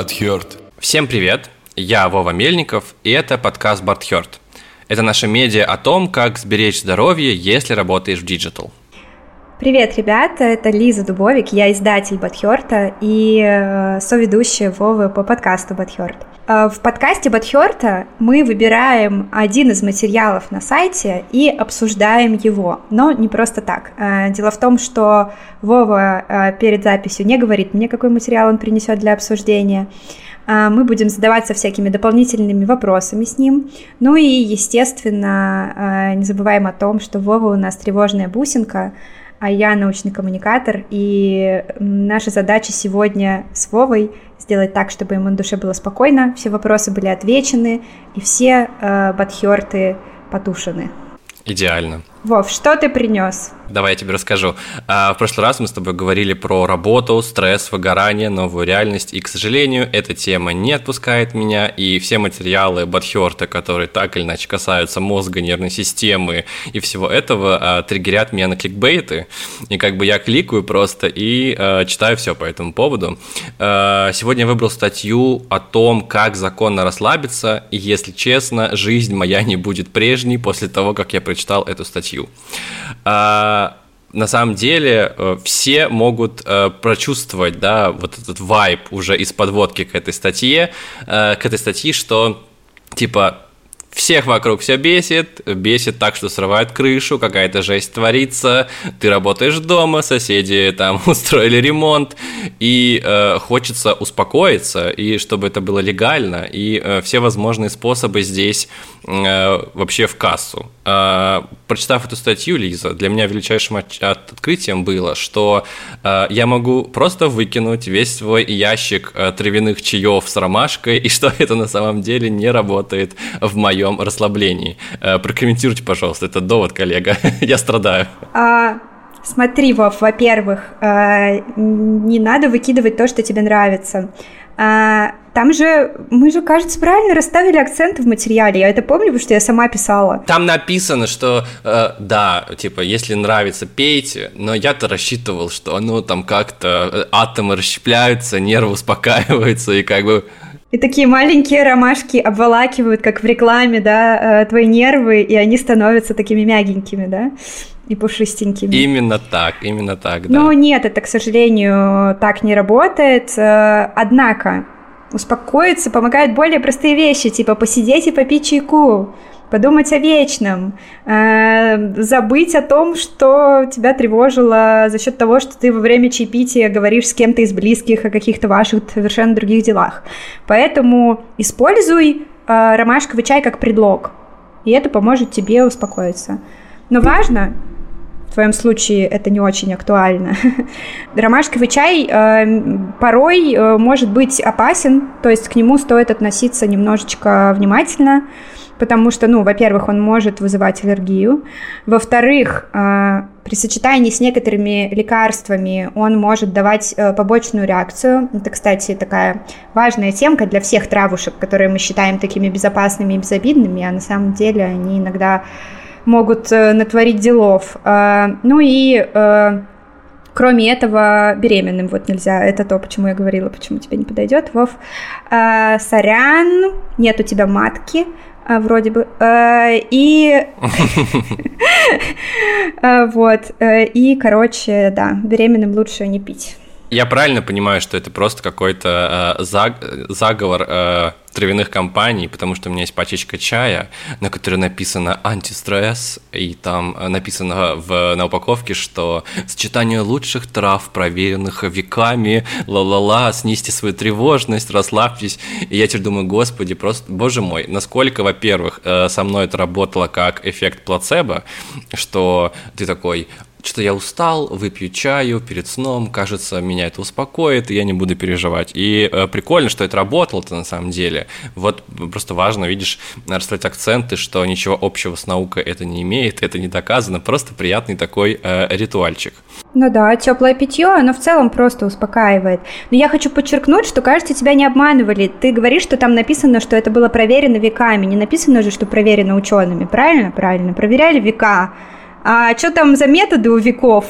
Butthurt. Всем привет, я Вова Мельников, и это подкаст Butthurt. Это наша медиа о том, как сберечь здоровье, если работаешь в диджитал. Привет, ребята, это Лиза Дубовик, я издатель Butthurt и соведущая Вовы по подкасту Butthurt. В подкасте Butthurt мы выбираем один из материалов на сайте и обсуждаем его, но не просто так. Дело в том, что Вова перед записью не говорит мне, какой материал он принесет для обсуждения. Мы будем задаваться всякими дополнительными вопросами с ним. Ну и, естественно, не забываем о том, что Вова у нас тревожная бусинка, а я научный коммуникатор, и наша задача сегодня с Вовой сделать так, чтобы ему на душе было спокойно, все вопросы были отвечены, и все бадхёрты потушены. Идеально. Вов, что ты принес? Давай я тебе расскажу. В прошлый раз мы с тобой говорили про работу, стресс, выгорание, новую реальность, и, к сожалению, эта тема не отпускает меня, и все материалы Butthurt, которые так или иначе касаются мозга, нервной системы и всего этого, триггерят меня на кликбейты, и как бы я кликаю просто и читаю все по этому поводу. Сегодня я выбрал статью о том, как законно расслабиться, и, если честно, жизнь моя не будет прежней после того, как я прочитал эту статью. На самом деле все могут прочувствовать, да, вот этот вайб уже из подводки к этой статье, что типа всех вокруг все бесит так, что срывает крышу, какая-то жесть творится, ты работаешь дома, соседи там устроили ремонт, и хочется успокоиться, и чтобы это было легально, и все возможные способы здесь вообще в кассу. Прочитав эту статью, Лиза, для меня величайшим открытием было, что я могу просто выкинуть весь свой ящик травяных чаев с ромашкой, и что это на самом деле не работает в моем расслаблении. Прокомментируйте, пожалуйста, этот довод, коллега. Я страдаю. Смотри, Вов, во-первых, не надо выкидывать то, что тебе нравится. Там же, мы же, кажется, правильно расставили акценты в материале. Я это помню, потому что я сама писала. Там написано, что, да, типа, если нравится, пейте, но я-то рассчитывал, что оно там как-то, атомы расщепляются, нервы успокаиваются, и как бы... И такие маленькие ромашки обволакивают, как в рекламе, да, твои нервы, и они становятся такими мягенькими, да, и пушистенькими. Именно так, да. Ну, нет, это, к сожалению, так не работает. Однако успокоиться помогают более простые вещи, типа посидеть и попить чайку, подумать о вечном, забыть о том, что тебя тревожило за счет того, что ты во время чаепития говоришь с кем-то из близких о каких-то ваших совершенно других делах. Поэтому используй ромашковый чай как предлог, и это поможет тебе успокоиться. Но важно, в твоем случае это не очень актуально, ромашковый чай порой может быть опасен, то есть к нему стоит относиться немножечко внимательно, потому что, во-первых, он может вызывать аллергию, во-вторых, при сочетании с некоторыми лекарствами он может давать побочную реакцию. Это, кстати, такая важная темка для всех травушек, которые мы считаем такими безопасными и безобидными, а на самом деле они иногда могут натворить делов. Кроме этого, беременным нельзя. Это то, почему я говорила, почему тебе не подойдет, Вов. Сорян, нет у тебя матки, вроде бы. Короче, да, беременным лучше не пить. Я правильно понимаю, что это просто какой-то заговор травяных компаний, потому что у меня есть пачечка чая, на которой написано «антистресс», и там написано на упаковке, что сочетание лучших трав, проверенных веками, снизьте свою тревожность, расслабьтесь. И я теперь думаю, господи, просто, боже мой, насколько, во-первых, со мной это работало как эффект плацебо, что ты такой... Что-то я устал, выпью чаю перед сном, кажется, меня это успокоит, и я не буду переживать. И прикольно, что это работало-то на самом деле. Вот просто важно, видишь, расставить акценты, что ничего общего с наукой это не имеет, это не доказано, просто приятный такой ритуальчик. Ну да, теплое питье, оно в целом просто успокаивает. Но я хочу подчеркнуть, что, кажется, тебя не обманывали. Ты говоришь, что там написано, что это было проверено веками. Не написано же, что проверено учеными, правильно? Правильно, проверяли века. А что там за методы у веков?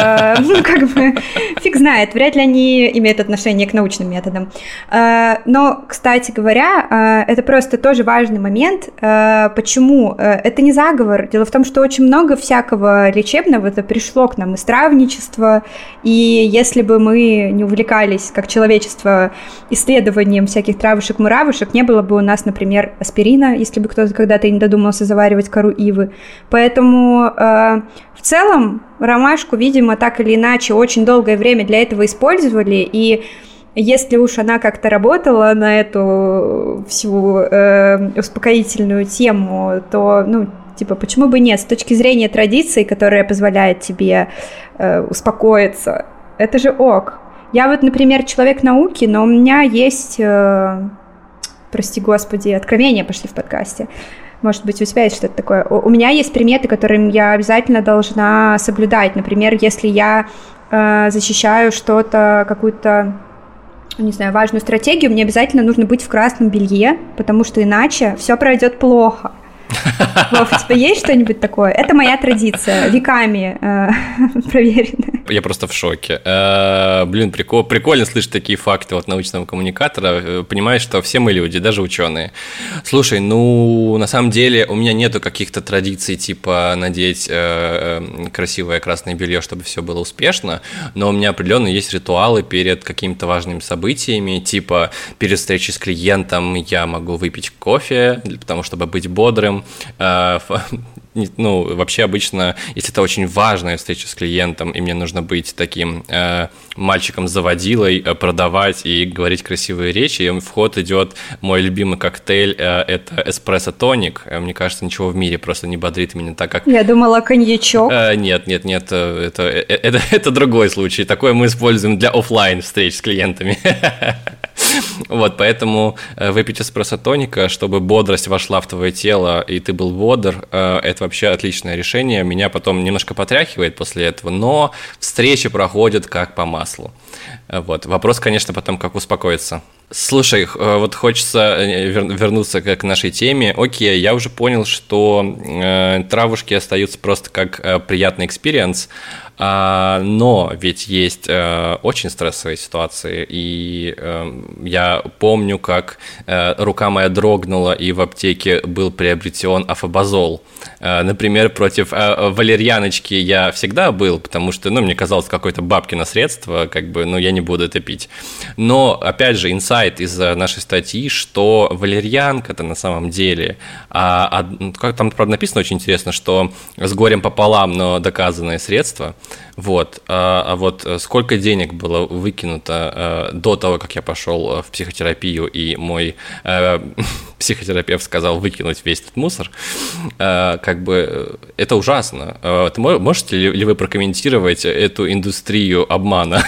Фиг знает, вряд ли они имеют отношение к научным методам. Но, кстати говоря, это просто тоже важный момент. Почему? Это не заговор. Дело в том, что очень много всякого лечебного пришло к нам из травничества, и если бы мы не увлекались, как человечество, исследованием всяких травушек-муравушек, не было бы у нас, например, аспирина, если бы кто-то когда-то не додумался заваривать кору ивы. Поэтому в целом ромашку, видимо, так или иначе очень долгое время для этого использовали, и если уж она как-то работала на эту всю успокоительную тему, то, почему бы нет? С точки зрения традиции, которая позволяет тебе успокоиться, это же ок. Я вот, например, человек науки, но у меня есть, прости господи, откровения пошли в подкасте. Может быть, у тебя есть что-то такое. У меня есть приметы, которые я обязательно должна соблюдать. Например, если я защищаю что-то, какую-то, не знаю, важную стратегию, мне обязательно нужно быть в красном белье, потому что иначе все пройдет плохо. Вов, у тебя есть что-нибудь такое? Это моя традиция, веками проверенная. Я просто в шоке. Блин, прикольно слышать такие факты от научного коммуникатора. Понимаешь, что все мы люди, даже ученые. Слушай, на самом деле у меня нету каких-то традиций, типа надеть красивое красное белье, чтобы все было успешно, но у меня определенно есть ритуалы перед какими-то важными событиями, типа перед встречей с клиентом я могу выпить кофе, потому чтобы быть бодрым. Вообще обычно, если это очень важная встреча с клиентом, и мне нужно быть таким мальчиком-заводилой, продавать и говорить красивые речи, и в ход идет мой любимый коктейль, это эспрессо-тоник. Мне кажется, ничего в мире просто не бодрит меня так, как... Я думала, коньячок. Нет, это другой случай. Такое мы используем для офлайн встреч с клиентами. Вот, поэтому выпить эспрессо-тоника, чтобы бодрость вошла в твое тело, и ты был бодр, это вообще отличное решение. Меня потом немножко потряхивает после этого, но встречи проходят как по маслу. Вот. Вопрос, конечно, потом, как успокоиться. Слушай, вот хочется вернуться к нашей теме. Окей, я уже понял, что травушки остаются просто как приятный экспириенс, но ведь есть очень стрессовые ситуации, и я помню, как рука моя дрогнула, и в аптеке был приобретен афобазол. Например, против валерьяночки я всегда был, потому что, мне казалось, какое-то бабкино средство, я не буду это пить. Но, опять же, инсайт из нашей статьи, что валерьянка-то на самом деле, как там, правда, написано очень интересно, что с горем пополам, но доказанное средство. Вот. А вот сколько денег было выкинуто до того, как я пошел в психотерапию, и мой психотерапевт сказал выкинуть весь этот мусор, это ужасно. Можете ли вы прокомментировать эту индустрию обмана?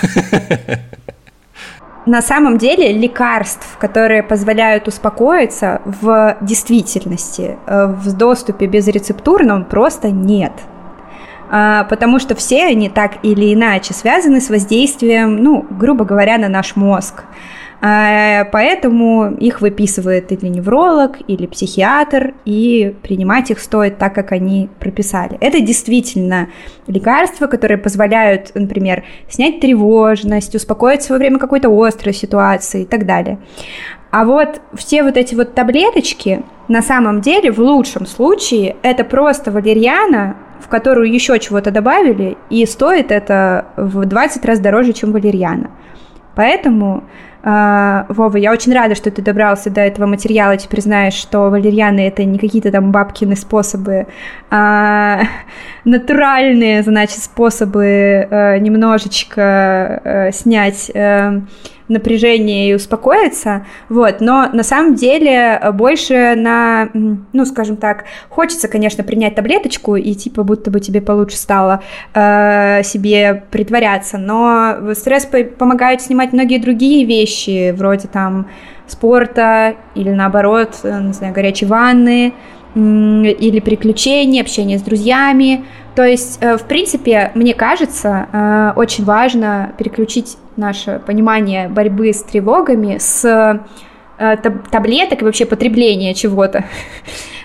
На самом деле лекарств, которые позволяют успокоиться, в действительности, в доступе безрецептурном просто нет. Потому что все они так или иначе связаны с воздействием, грубо говоря, на наш мозг. Поэтому их выписывает или невролог, или психиатр, и принимать их стоит так, как они прописали. Это действительно лекарства, которые позволяют, например, снять тревожность, успокоиться во время какой-то острой ситуации и так далее. А вот все вот эти вот таблеточки, на самом деле, в лучшем случае, это просто валерьяна, в которую еще чего-то добавили, и стоит это в 20 раз дороже, чем валерьяна. Поэтому, Вова, я очень рада, что ты добрался до этого материала, теперь знаешь, что валерьяны – это не какие-то там бабкины способы, а натуральные, значит, способы немножечко снять напряжение и успокоиться, вот, но на самом деле больше скажем так, хочется, конечно, принять таблеточку и типа будто бы тебе получше стало себе притворяться, но стресс помогают снимать многие другие вещи, вроде там спорта или наоборот, не знаю, горячей ванны, или приключений, общения с друзьями. То есть, в принципе, мне кажется, очень важно переключить наше понимание борьбы с тревогами с таблеток и вообще потребления чего-то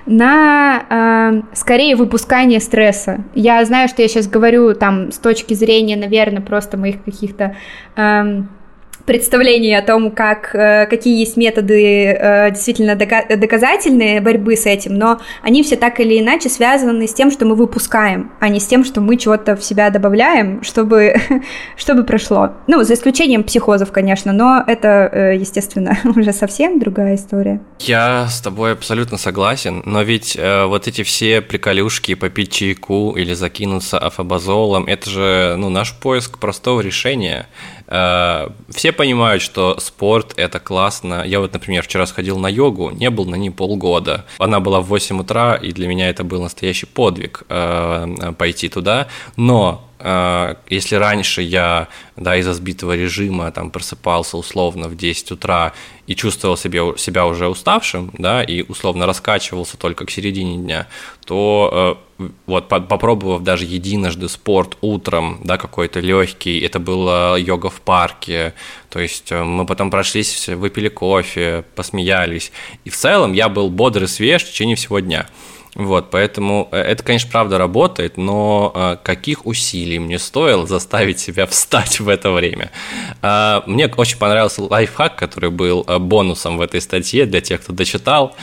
на скорее выпускание стресса. Я знаю, что я сейчас говорю там с точки зрения, наверное, просто моих каких-то представление о том, какие есть методы действительно доказательные борьбы с этим, но они все так или иначе связаны с тем, что мы выпускаем, а не с тем, что мы чего-то в себя добавляем, чтобы прошло. Ну, за исключением психозов, конечно, но это, естественно, уже совсем другая история. Я с тобой абсолютно согласен, но ведь вот эти все приколюшки, попить чайку или закинуться афобазолом, это же, наш поиск простого решения. Все понимают, что спорт – это классно. Я вот, например, вчера сходил на йогу, не был на ней полгода. Она была в 8 утра, и для меня это был настоящий подвиг пойти туда. Но если раньше я, из-за сбитого режима там просыпался условно в 10 утра и чувствовал себя уже уставшим, и условно раскачивался только к середине дня, то вот попробовав даже единожды спорт утром, какой-то легкий, это была йога в парке, то есть мы потом прошлись, выпили кофе, посмеялись, и в целом я был бодр и свеж в течение всего дня. Вот, поэтому это, конечно, правда работает, но каких усилий мне стоило заставить себя встать в это время? Мне очень понравился лайфхак, который был бонусом в этой статье для тех, кто дочитал.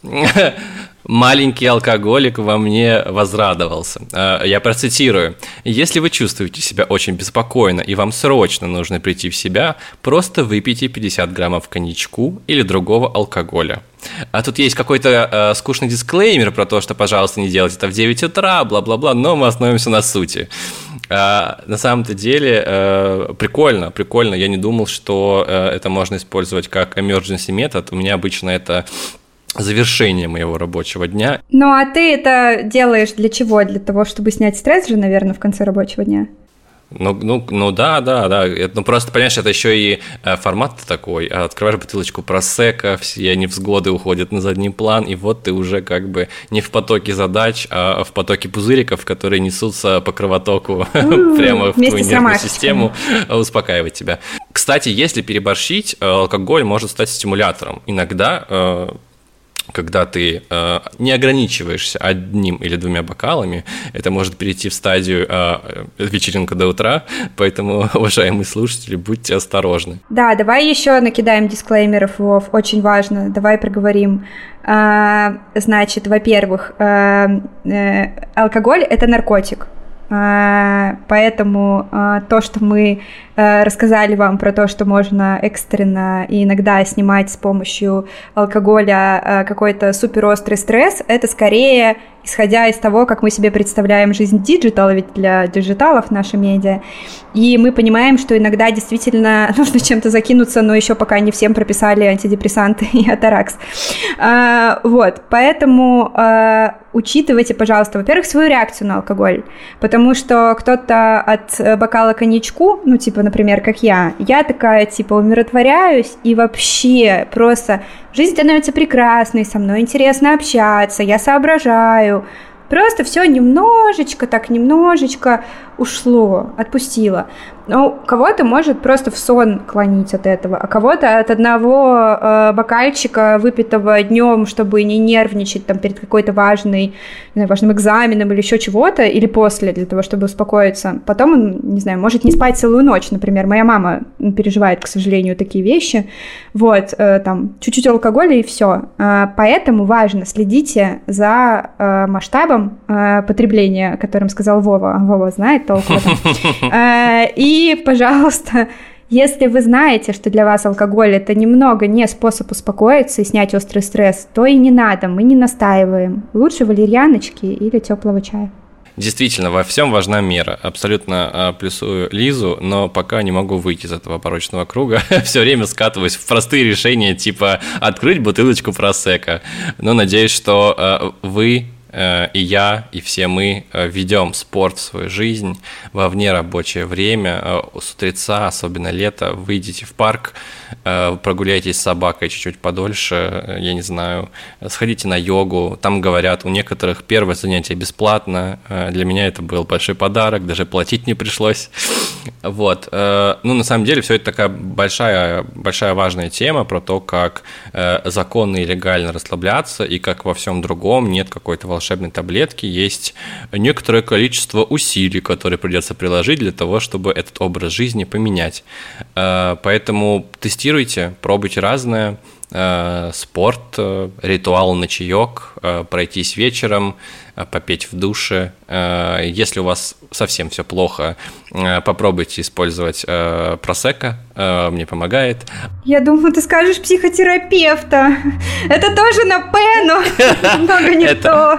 Маленький алкоголик во мне возрадовался. Я процитирую. «Если вы чувствуете себя очень беспокойно и вам срочно нужно прийти в себя, просто выпейте 50 граммов коньячку или другого алкоголя». А тут есть какой-то скучный дисклеймер про то, что, пожалуйста, не делайте это в 9 утра, бла-бла-бла, но мы остановимся на сути. На самом-то деле прикольно. Я не думал, что это можно использовать как emergency метод. У меня обычно это завершение моего рабочего дня. Ну, а ты это делаешь для чего? Для того, чтобы снять стресс же, наверное, в конце рабочего дня? Ну да. Просто, понимаешь, это еще и формат такой. Открываешь бутылочку просекко, все невзгоды уходят на задний план, и вот ты уже как бы не в потоке задач, а в потоке пузыриков, которые несутся по кровотоку прямо в твою нервную систему, успокаивать тебя. Кстати, если переборщить, алкоголь может стать стимулятором. Иногда когда ты не ограничиваешься одним или двумя бокалами, это может перейти в стадию вечеринка до утра, поэтому, уважаемые слушатели, будьте осторожны. Да, давай еще накидаем дисклеймеров, Вов, очень важно, давай проговорим. Значит, во-первых, алкоголь – это наркотик. Поэтому то, что мы рассказали вам про то, что можно экстренно и иногда снимать с помощью алкоголя какой-то суперострый стресс, это скорее исходя из того, как мы себе представляем жизнь диджитала, ведь для диджиталов наша медиа, и мы понимаем, что иногда действительно нужно чем-то закинуться, но еще пока не всем прописали антидепрессанты и атаракс. Вот, поэтому учитывайте, пожалуйста, во-первых, свою реакцию на алкоголь, потому что кто-то от бокала коньячку, например, как я такая, умиротворяюсь, и вообще просто жизнь становится прекрасной, со мной интересно общаться, я соображаю, просто все немножечко ушло, отпустило. Ну, кого-то может просто в сон клонить от этого, а кого-то от одного бокальчика, выпитого днем, чтобы не нервничать там перед какой-то важным экзаменом или еще чего-то, или после, для того, чтобы успокоиться. Потом он, не знаю, может не спать целую ночь, например. Моя мама переживает, к сожалению, такие вещи. Вот, там, чуть-чуть алкоголя и все. Поэтому важно, следите за масштабом потребления, о котором сказал Вова. Вова знает толк в этом. И, пожалуйста, если вы знаете, что для вас алкоголь – это немного не способ успокоиться и снять острый стресс, то и не надо, мы не настаиваем. Лучше валерьяночки или теплого чая. Действительно, во всем важна мера. Абсолютно плюсую Лизу, но пока не могу выйти из этого порочного круга. Все время скатываюсь в простые решения, типа открыть бутылочку просекко. Но надеюсь, что вы и я, и все мы ведем спорт в свою жизнь во внерабочее время, с утреца, особенно лето, выйдите в парк, прогуляйтесь с собакой чуть-чуть подольше, я не знаю, сходите на йогу, там говорят, у некоторых первое занятие бесплатно, для меня это был большой подарок, даже платить не пришлось, вот, ну, на самом деле, все это такая большая важная тема про то, как законно и легально расслабляться, и как во всем другом нет какой-то волшебной таблетки, есть некоторое количество усилий, которые придется приложить для того, чтобы этот образ жизни поменять. Поэтому тестируйте, пробуйте разное. Спорт, ритуал на чаек, пройтись вечером, попеть в душе. Если у вас совсем все плохо, попробуйте использовать просекко, мне помогает. Я думаю, ты скажешь психотерапевта. Это тоже на П, но немного не то.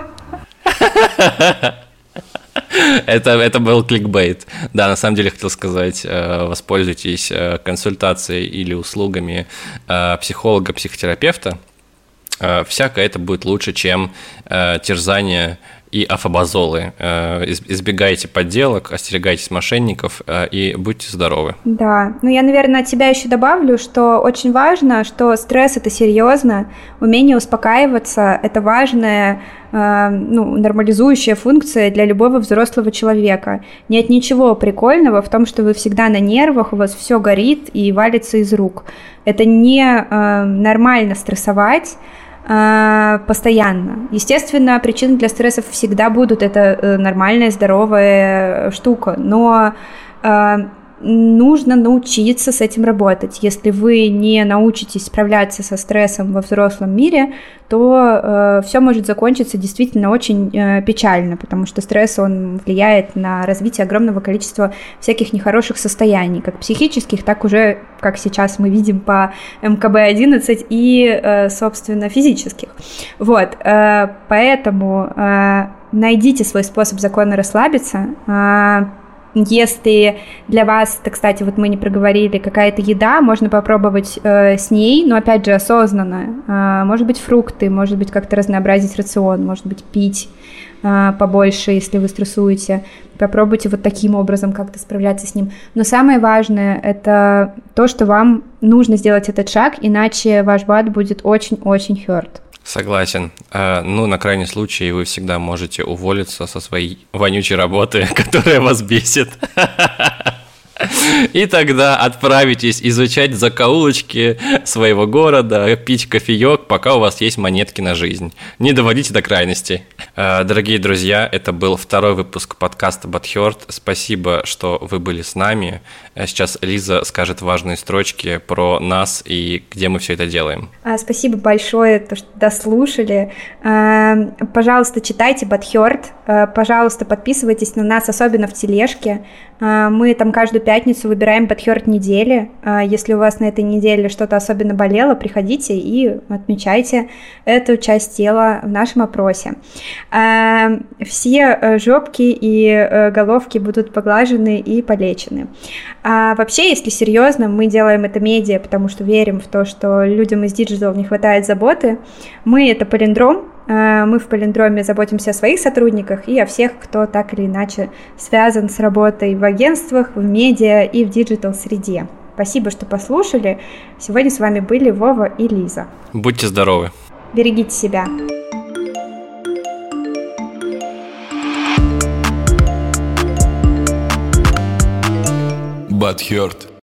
Это был кликбейт. Да, на самом деле хотел сказать, воспользуйтесь консультацией или услугами психолога, психотерапевта. Всяко это будет лучше, чем терзание и афобазолы. Избегайте подделок, остерегайтесь мошенников и будьте здоровы. Да, ну я, наверное, от тебя еще добавлю, что очень важно, что стресс – это серьезно, умение успокаиваться – это важная, нормализующая функция для любого взрослого человека. Нет ничего прикольного в том, что вы всегда на нервах, у вас все горит и валится из рук. Это не нормально стрессовать постоянно. Естественно, причины для стрессов всегда будут, это нормальная, здоровая штука, но нужно научиться с этим работать. Если вы не научитесь справляться со стрессом во взрослом мире, то все может закончиться действительно очень печально, потому что стресс, он влияет на развитие огромного количества всяких нехороших состояний, как психических, так уже, как сейчас мы видим по МКБ-11, и, собственно, физических. Вот, поэтому найдите свой способ законно расслабиться. Если для вас, это, кстати, вот мы не проговорили, какая-то еда, можно попробовать с ней, но, опять же, осознанно. Может быть, фрукты, может быть, как-то разнообразить рацион, может быть, пить побольше, если вы стрессуете. Попробуйте вот таким образом как-то справляться с ним. Но самое важное – это то, что вам нужно сделать этот шаг, иначе ваш бад будет очень-очень hurt. Согласен. На крайний случай вы всегда можете уволиться со своей вонючей работы, которая вас бесит. И тогда отправитесь изучать закоулочки своего города, пить кофеек, пока у вас есть монетки на жизнь. Не доводите до крайности. Дорогие друзья, это был второй выпуск подкаста Butthurt. Спасибо, что вы были с нами. Сейчас Лиза скажет важные строчки про нас и где мы все это делаем. Спасибо большое, что дослушали. Пожалуйста, читайте Butthurt. Пожалуйста, подписывайтесь на нас, особенно в тележке. Мы там каждую пятницу выбираем Butthurt недели. Если у вас на этой неделе что-то особенно болело, приходите и отмечайте эту часть тела в нашем опросе. Все жопки и головки будут поглажены и полечены. Вообще, если серьезно, мы делаем это медиа, потому что верим в то, что людям из диджитал не хватает заботы. Мы — это Полиндром. Мы в Полиндроме заботимся о своих сотрудниках и о всех, кто так или иначе связан с работой в агентствах, в медиа и в диджитал-среде. Спасибо, что послушали. Сегодня с вами были Вова и Лиза. Будьте здоровы. Берегите себя. Butthurt.